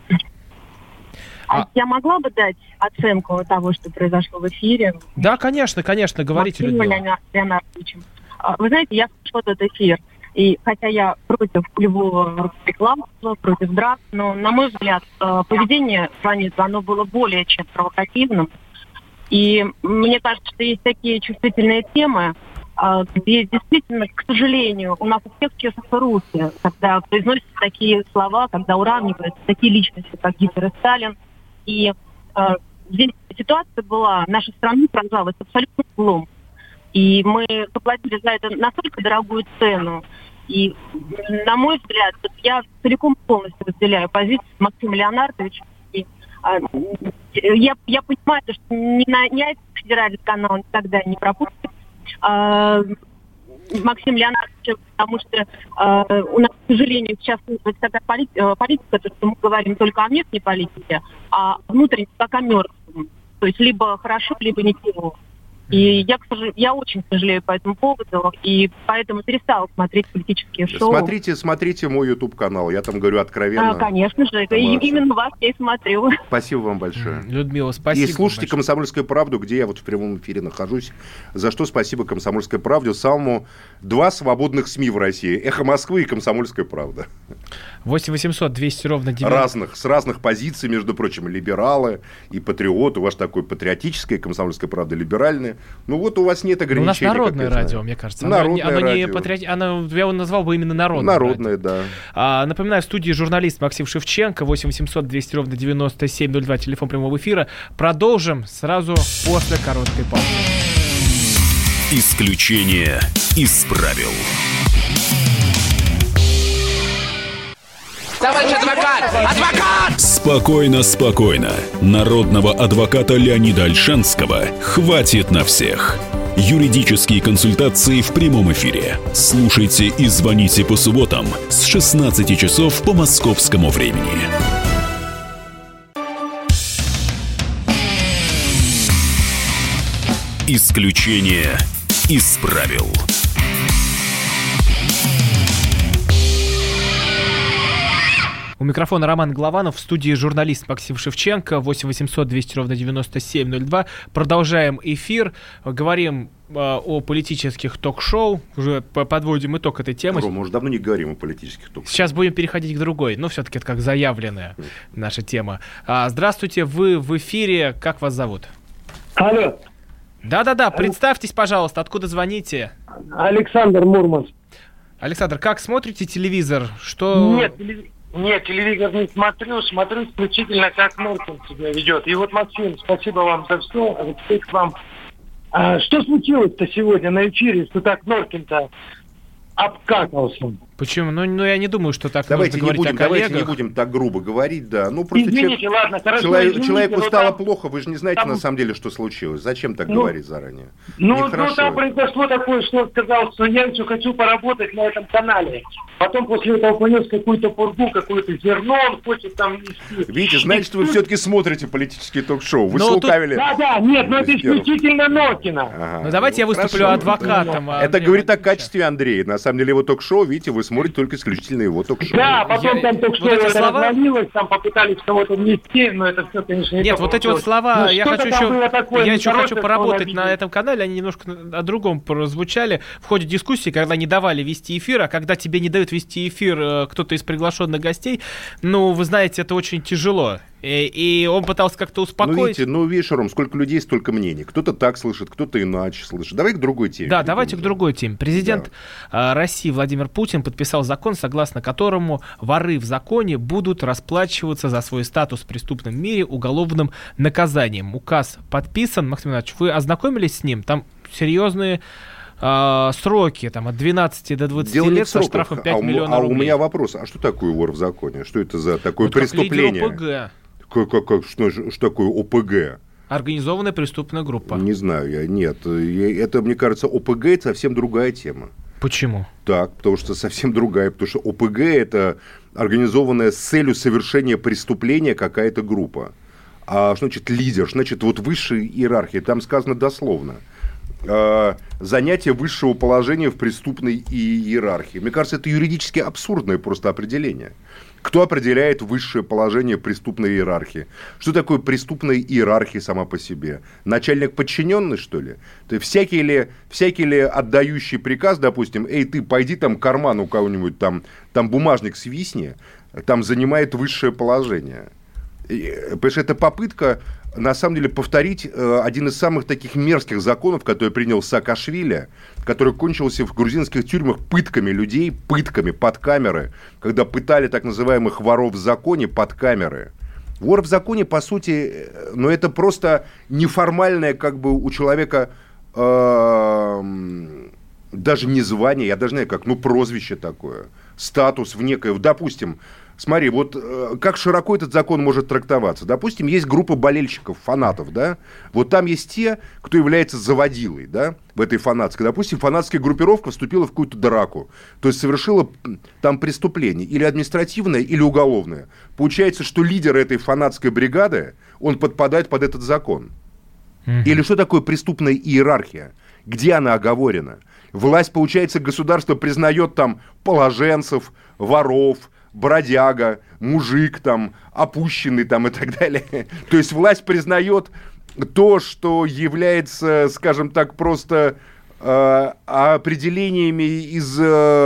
Я могла бы дать оценку того, что произошло в эфире? Да, конечно, говорите, Людмила. Леонардовичем. Вы знаете, я слышала этот эфир, и хотя я против любого рекламства, против драк, но, на мой взгляд, поведение Сванидзе, оно было более чем провокативным. И мне кажется, что есть такие чувствительные темы, где действительно, к сожалению, у нас у всех чешутся руки, когда произносятся такие слова, когда уравниваются такие личности, как Гитлер и Сталин. И здесь ситуация была, наша страна пронзалась абсолютно злом. И мы заплатили за это настолько дорогую цену. И, на мой взгляд, я целиком полностью разделяю позицию Максима Леонардовича. И, я понимаю, что ни один федеральный канал никогда не пропустит Максима Леонардовича, потому что у нас, к сожалению, сейчас такая политика, то, что мы говорим только о внешней политике, а внутренней пока мертвым. То есть либо хорошо, либо ничего. И я очень сожалею по этому поводу, и поэтому перестала смотреть политические шоу. Смотрите мой YouTube-канал, я там говорю откровенно. Конечно же, именно вас я и смотрю. Спасибо вам большое. Людмила, спасибо. И слушайте «Комсомольскую правду», где я вот в прямом эфире нахожусь. За что спасибо «Комсомольской правде», самому 2 свободных СМИ в России. «Эхо Москвы» и «Комсомольская правда». 8 800 200 ровно 90. С разных позиций, между прочим, либералы и патриоты. У вас такое патриотическое, «Комсомольская правда» либеральное. Ну вот у вас нет ограничений. У нас народное радио, мне кажется. Народное оно радио. Не патриотическое, я его назвал бы именно народное. Народное, радио. да. Напоминаю, в студии журналист Максим Шевченко, 8 800 200 ровно 9702, телефон прямого эфира. Продолжим сразу после короткой паузы. Исключение из правил. Товарищ адвокат! Адвокат! Спокойно, спокойно. Народного адвоката Леонида Ольшанского хватит на всех. Юридические консультации в прямом эфире. Слушайте и звоните по субботам с 16 часов по московскому времени. Исключение из правил. У микрофона Роман Голованов, в студии журналист Максим Шевченко, 8 800 200 ровно 9702. Продолжаем эфир, говорим о политических ток-шоу, уже подводим итог этой темы. Мы уже давно не говорим о политических ток-шоу. Сейчас будем переходить к другой, но все-таки это как заявленная наша тема. Здравствуйте, вы в эфире, как вас зовут? Алло. Да-да-да, представьтесь, пожалуйста, откуда звоните? Александр, Мурманск. Александр, как смотрите телевизор? Что... Нет, телевизор не смотрю исключительно, как Норкин себя ведет. И вот, Максим, спасибо вам за все, а вот теперь к вам. Что случилось-то сегодня на эфире, что так Норкин-то обкакался? Почему? Ну, я не думаю, что так давайте нужно говорить о коллегах. Давайте не будем так грубо говорить, да. Ну, просто извините, ладно, хорошо, человеку стало там, плохо, вы же не знаете на самом деле, что случилось. Зачем так говорить заранее? Ну, там произошло такое, что сказал, что я еще хочу поработать на этом канале. Потом после этого понес какую-то пургу, какое-то зерно, он хочет там нести. Видите, значит, вы все-таки смотрите политические ток-шоу. Вы слукавили. Да, нет, но это исключительно Норкина. Ага. Ну, давайте я выступлю адвокатом. Это говорит о качестве Андрея. На самом деле его ток-шоу, видите, вы смотрите только исключительно его ток-шоу. Да, потом там ток-шоу развалилось, там попытались кого-то внести, но это все, конечно, не нет, вот эти вот слова, я еще хочу поработать на на этом канале, они немножко о другом прозвучали в ходе дискуссии, когда не давали вести эфир, а когда тебе не дают вести эфир кто-то из приглашенных гостей, ну, вы знаете, это очень тяжело. И он пытался как-то успокоить. Видишь, Ром, сколько людей, столько мнений. Кто-то так слышит, кто-то иначе слышит. Давай к другой теме. Да, давайте к другой теме. Президент России Владимир Путин подписал закон, согласно которому воры в законе будут расплачиваться за свой статус в преступном мире уголовным наказанием. Указ подписан. Максим Иванович, вы ознакомились с ним? Там серьезные сроки, там, от 12 до 20 лет со штрафом 5 миллионов рублей. А у меня вопрос. А что такое вор в законе? Что это за такое преступление? Как лидер ОПГ. Что такое ОПГ? Организованная преступная группа. Не знаю, нет. Это, мне кажется, ОПГ – это совсем другая тема. Почему? Так, потому что совсем другая. Потому что ОПГ – это организованная с целью совершения преступления какая-то группа. А что значит лидер? Значит, вот высшая иерархия. Там сказано дословно. Занятие высшего положения в преступной иерархии. Мне кажется, это юридически абсурдное просто определение. Кто определяет высшее положение преступной иерархии? Что такое преступная иерархия сама по себе? Начальник подчиненный, что ли? То есть всякий ли отдающий приказ, допустим, эй, ты пойди там карман у кого-нибудь, там бумажник свистни, там занимает высшее положение. Потому что это попытка, на самом деле, повторить один из самых таких мерзких законов, который принял Саакашвили, который кончился в грузинских тюрьмах пытками людей, пытками под камеры, когда пытали так называемых воров в законе под камеры. Вор в законе, по сути, ну, это просто неформальное, как бы, у человека даже не звание, я даже не знаю как, ну, прозвище такое, статус в некое, допустим, смотри, вот как широко этот закон может трактоваться. Допустим, есть группа болельщиков, фанатов, да, вот там есть те, кто является заводилой, да, в этой фанатской. Допустим, фанатская группировка вступила в какую-то драку, то есть совершила там преступление, или административное, или уголовное. Получается, что лидер этой фанатской бригады, он подпадает под этот закон. Или что такое преступная иерархия? Где она оговорена? Власть, получается, государство признает там положенцев, воров, бродяга, мужик там, опущенный там и так далее. То есть власть признает то, что является, скажем так, просто определениями из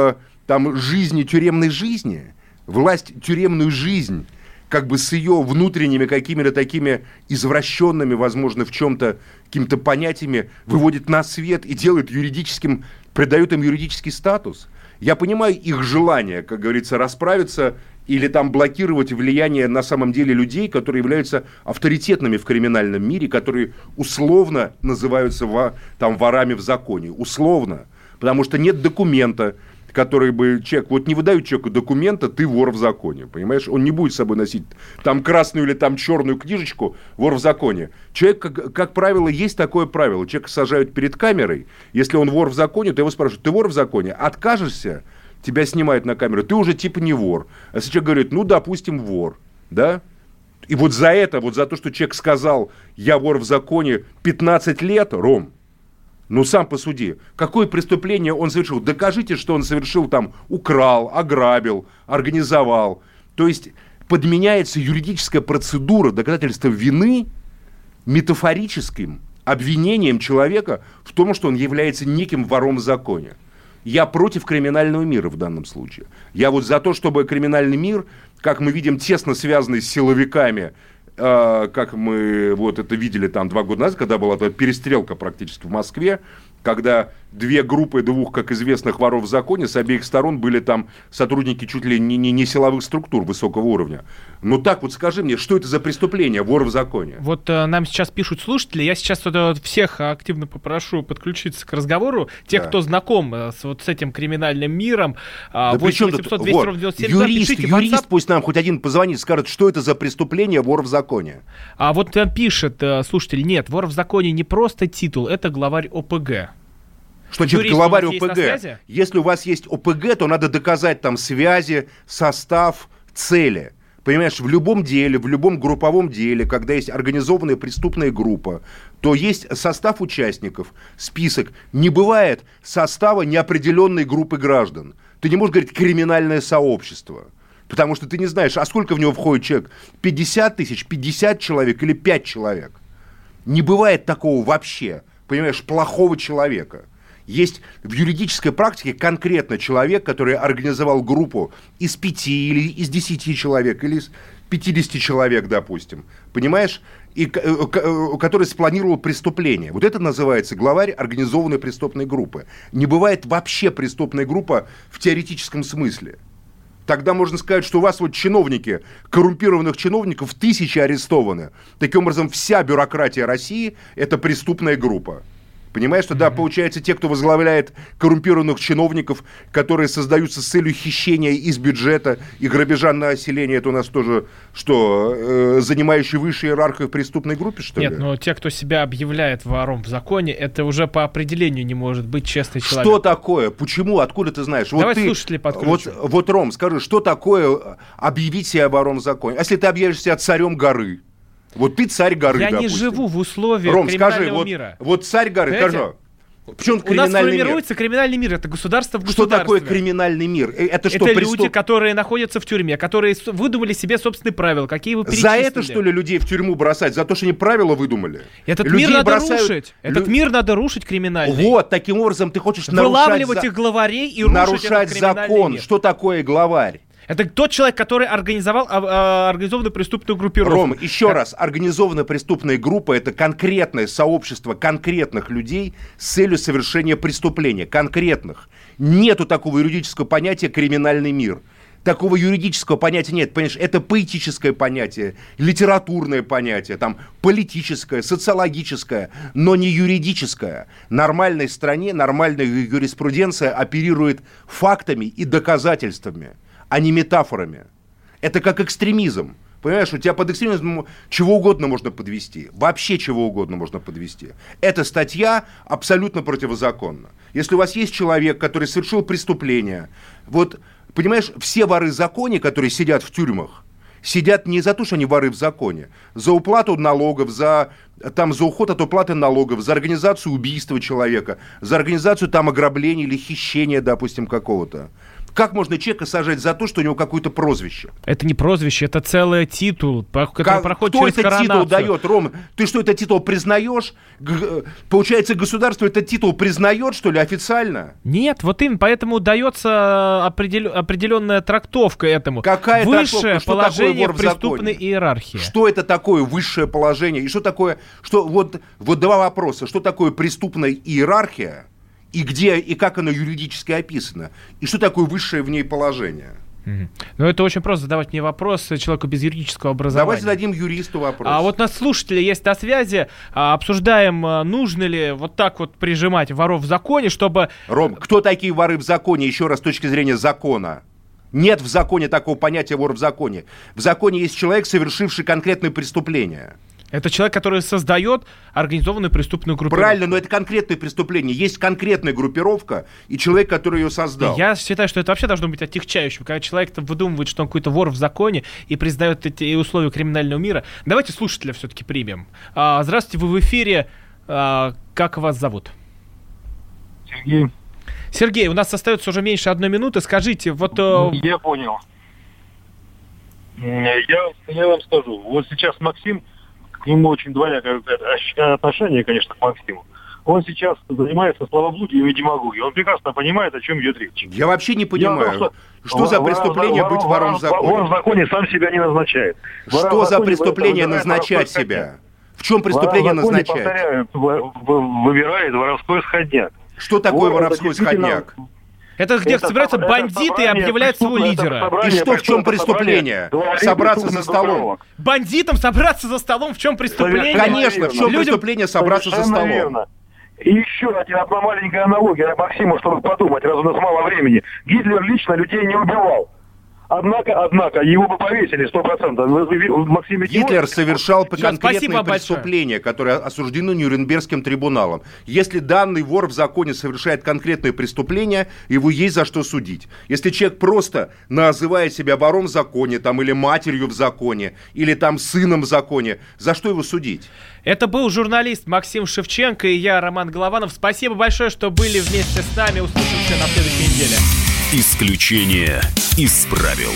там жизни, тюремной жизни. Власть тюремную жизнь, как бы с ее внутренними какими-то такими извращенными, возможно, в чем-то какими-то понятиями выводит на свет и делает юридическим, придает им юридический статус. Я понимаю их желание, как говорится, расправиться или там блокировать влияние на самом деле людей, которые являются авторитетными в криминальном мире, которые условно называются там ворами в законе. Условно. Потому что нет документа, который бы человек, вот не выдают человеку документа, ты вор в законе, понимаешь? Он не будет с собой носить там красную или там черную книжечку, вор в законе. Человек, как правило, есть такое правило. Человека сажают перед камерой, если он вор в законе, то его спрашивают, ты вор в законе? Откажешься, тебя снимают на камеру, ты уже типа не вор. А если человек говорит, ну, допустим, вор, да? И вот за это, вот за то, что человек сказал, я вор в законе 15 лет, Ром, ну, сам посуди, какое преступление он совершил? Докажите, что он совершил там, украл, ограбил, организовал. То есть подменяется юридическая процедура доказательства вины метафорическим обвинением человека в том, что он является неким вором в законе. Я против криминального мира в данном случае. Я вот за то, чтобы криминальный мир, как мы видим, тесно связанный с силовиками, как мы вот это видели там 2 года назад, когда была эта перестрелка практически в Москве, когда две группы двух, как известных, воров в законе, с обеих сторон были там сотрудники чуть ли не силовых структур высокого уровня. Ну так вот скажи мне, что это за преступление, вор в законе? Вот нам сейчас пишут слушатели, я сейчас всех активно попрошу подключиться к разговору, тех, кто знаком с этим криминальным миром. Да 800-200-97-2, юрист пусть нам хоть один позвонит, скажет, что это за преступление, вор в законе. А вот пишет слушатель, нет, вор в законе не просто титул, это главарь ОПГ. Что значит главарь ОПГ? Если у вас есть ОПГ, то надо доказать там связи, состав, цели. Понимаешь, в любом деле, в любом групповом деле, когда есть организованная преступная группа, то есть состав участников, список. Не бывает состава неопределенной группы граждан. Ты не можешь говорить «криминальное сообщество». Потому что ты не знаешь, а сколько в него входит человек? 50 тысяч, 50 человек или 5 человек? Не бывает такого вообще, понимаешь, плохого человека. Есть в юридической практике конкретно человек, который организовал группу из 5 или из 10 человек, или из 50 человек, допустим, понимаешь, и который спланировал преступление. Вот это называется главарь организованной преступной группы. Не бывает вообще преступной группы в теоретическом смысле. Тогда можно сказать, что у вас вот чиновники, коррумпированных чиновников 1000 арестованы. Таким образом, вся бюрократия России – это преступная группа. Понимаешь, что, да, получается, те, кто возглавляет коррумпированных чиновников, которые создаются с целью хищения из бюджета и грабежа населения, это у нас тоже, что, занимающий высшую иерархию в преступной группе, что ли? Нет, но те, кто себя объявляет вором в законе, это уже по определению не может быть честный человек. Что такое? Почему? Откуда ты знаешь? Давай вот слушатели подключим. Вот, Ром, скажи, что такое объявить себя вором в законе? Если ты объявишь себя царем горы, вот ты царь горы, я допустим. не живу в условиях криминального мира. Вот царь горы, скажи. Причем у нас формируется криминальный мир, это государство в государстве. Что такое криминальный мир? Это что, люди, которые находятся в тюрьме, которые выдумали себе собственные правила, какие вы перечислили. За это, что ли, людей в тюрьму бросать? За то, что они правила выдумали? Этот мир надо рушить. Этот мир надо рушить криминальный. Вот, таким образом ты хочешь вылавливать их главарей и рушить этот закон. Мир. Что такое главарь? Это тот человек, который организовал организованную преступную группировку. Ром, еще раз, организованная преступная группа – это конкретное сообщество конкретных людей с целью совершения преступления. Конкретных. Нету такого юридического понятия «криминальный мир». такого юридического понятия нет. Понимаешь, это поэтическое понятие, литературное понятие, там, политическое, социологическое, но не юридическое. В нормальной стране нормальная юриспруденция оперирует фактами и доказательствами, а не метафорами. Это как экстремизм. Понимаешь, у тебя под экстремизмом чего угодно можно подвести. Вообще чего угодно можно подвести. Эта статья абсолютно противозаконна. Если у вас есть человек, который совершил преступление, вот, понимаешь, все воры в законе, которые сидят в тюрьмах, сидят не за то, что они воры в законе, за уплату налогов, за уход от уплаты налогов, за организацию убийства человека, за организацию там ограбления или хищения, допустим, какого-то. Как можно человека сажать за то, что у него какое-то прозвище? Это не прозвище, это целый титул, который проходит Кто через этот коронацию. титул дает, Ром? Ты что, этот титул признаешь? Получается, государство этот титул признает, что ли, официально? Нет, вот именно, поэтому дается определенная трактовка этому. Какая высшее трактовка? положение в преступной иерархии. Что это такое высшее положение? И что такое... Вот два вопроса. Что такое преступная иерархия? И где, и как оно юридически описано? И что такое высшее в ней положение? Ну, это очень просто задавать мне вопрос человеку без юридического образования. Давайте зададим юристу вопрос. А вот у нас слушатели есть на связи. Обсуждаем, нужно ли вот так вот прижимать воров в законе, чтобы... Ром, кто такие воры в законе, еще раз, с точки зрения закона? Нет в законе такого понятия вор в законе. В законе есть человек, совершивший конкретное преступление. Это человек, который создает организованную преступную группировку. Правильно, но это конкретное преступление. Есть конкретная группировка и человек, который ее создал. Я считаю, что это вообще должно быть отягчающим. Когда человек выдумывает, что он какой-то вор в законе и признает эти условия криминального мира. Давайте слушателя все-таки примем. Здравствуйте, вы в эфире. Как вас зовут? Сергей. Сергей, у нас остается уже меньше 1 минуты. Скажите, вот... Я понял. Я вам скажу. Вот сейчас Максим... К нему очень двоякое отношение, конечно, к Максиму. Он сейчас занимается словоблудием и демагогией. Он прекрасно понимает, о чем идет речь. Я вообще не понимаю, что за преступление быть вором в законе? Вор в законе сам себя не назначает. Что за преступление назначать себя? В чем преступление назначать? Повторяю, выбирает воровской сходняк. Что такое воровской сходняк? Это где собираются бандиты и объявляют своего лидера. И что, в чем преступление? Собраться за столом. Бандитам собраться за столом, в чем преступление? Конечно, в чем преступление собраться за столом? Верно. И еще одна маленькая аналогия Максиму, чтобы подумать, раз у нас мало времени. Гитлер лично людей не убивал. Однако, его бы повесили 100%. Максим Гитлер совершал конкретные преступления, которые осуждены Нюрнбергским трибуналом. Если данный вор в законе совершает конкретные преступления, его есть за что судить. Если человек просто называет себя вором в законе, там, или матерью в законе, или там сыном в законе, за что его судить? Это был журналист Максим Шевченко и я, Роман Голованов. Спасибо большое, что были вместе с нами. Услышимся на следующей неделе. Исключение из правил.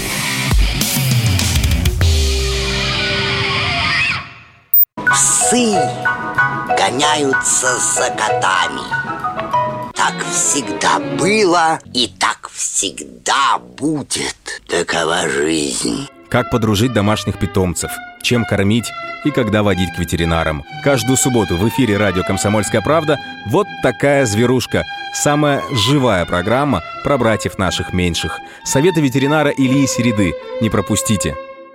Псы гоняются за котами. Так всегда было и так всегда будет. Такова жизнь. Как подружить домашних питомцев, чем кормить и когда водить к ветеринарам. Каждую субботу в эфире радио «Комсомольская правда» вот такая зверушка. Самая живая программа про братьев наших меньших. Советы ветеринара Ильи Середы. Не пропустите.